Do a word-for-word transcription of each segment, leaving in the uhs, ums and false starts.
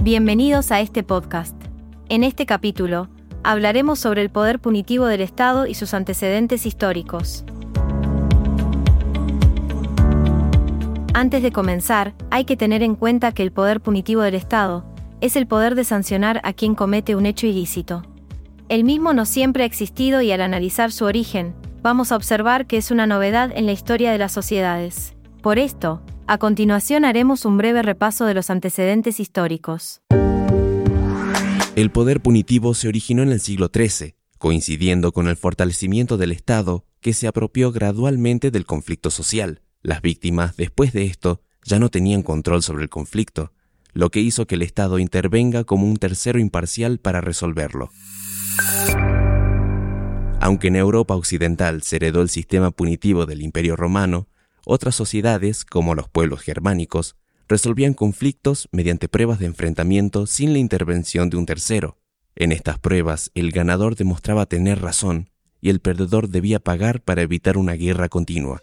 Bienvenidos a este podcast. En este capítulo, hablaremos sobre el poder punitivo del Estado y sus antecedentes históricos. Antes de comenzar, hay que tener en cuenta que el poder punitivo del Estado es el poder de sancionar a quien comete un hecho ilícito. El mismo no siempre ha existido y al analizar su origen, vamos a observar que es una novedad en la historia de las sociedades. Por esto, a continuación haremos un breve repaso de los antecedentes históricos. El poder punitivo se originó en el siglo trece, coincidiendo con el fortalecimiento del Estado que se apropió gradualmente del conflicto social. Las víctimas, después de esto, ya no tenían control sobre el conflicto, lo que hizo que el Estado intervenga como un tercero imparcial para resolverlo. Aunque en Europa occidental se heredó el sistema punitivo del Imperio Romano, otras sociedades, como los pueblos germánicos, resolvían conflictos mediante pruebas de enfrentamiento sin la intervención de un tercero. En estas pruebas, el ganador demostraba tener razón y el perdedor debía pagar para evitar una guerra continua.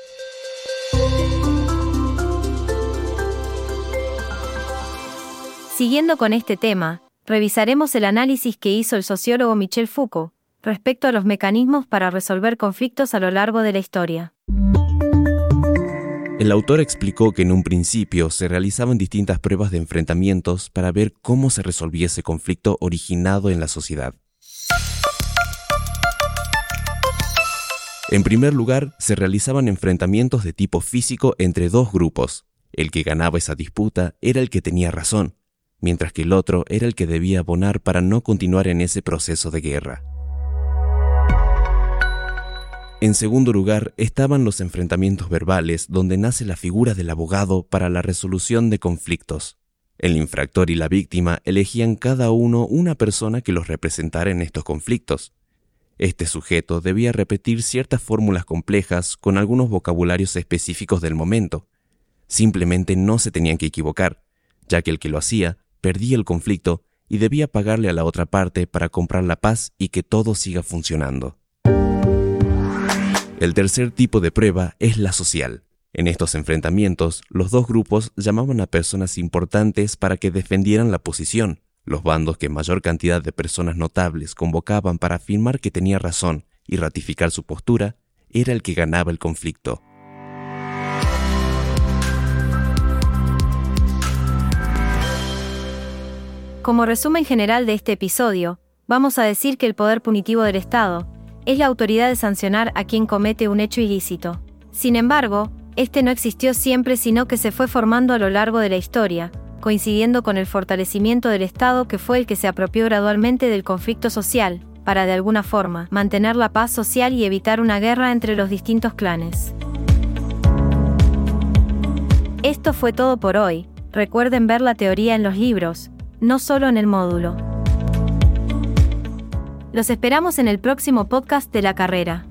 Siguiendo con este tema, revisaremos el análisis que hizo el sociólogo Michel Foucault respecto a los mecanismos para resolver conflictos a lo largo de la historia. El autor explicó que en un principio se realizaban distintas pruebas de enfrentamientos para ver cómo se resolvía ese conflicto originado en la sociedad. En primer lugar, se realizaban enfrentamientos de tipo físico entre dos grupos. El que ganaba esa disputa era el que tenía razón, mientras que el otro era el que debía abonar para no continuar en ese proceso de guerra. En segundo lugar, estaban los enfrentamientos verbales, donde nace la figura del abogado para la resolución de conflictos. El infractor y la víctima elegían cada uno una persona que los representara en estos conflictos. Este sujeto debía repetir ciertas fórmulas complejas con algunos vocabularios específicos del momento. Simplemente no se tenían que equivocar, ya que el que lo hacía perdía el conflicto y debía pagarle a la otra parte para comprar la paz y que todo siga funcionando. El tercer tipo de prueba es la social. En estos enfrentamientos, los dos grupos llamaban a personas importantes para que defendieran la posición. Los bandos que mayor cantidad de personas notables convocaban para afirmar que tenía razón y ratificar su postura, era el que ganaba el conflicto. Como resumen general de este episodio, vamos a decir que el poder punitivo del Estado es la autoridad de sancionar a quien comete un hecho ilícito. Sin embargo, este no existió siempre, sino que se fue formando a lo largo de la historia, coincidiendo con el fortalecimiento del Estado que fue el que se apropió gradualmente del conflicto social, para de alguna forma mantener la paz social y evitar una guerra entre los distintos clanes. Esto fue todo por hoy. Recuerden ver la teoría en los libros, no solo en el módulo. Los esperamos en el próximo podcast de la carrera.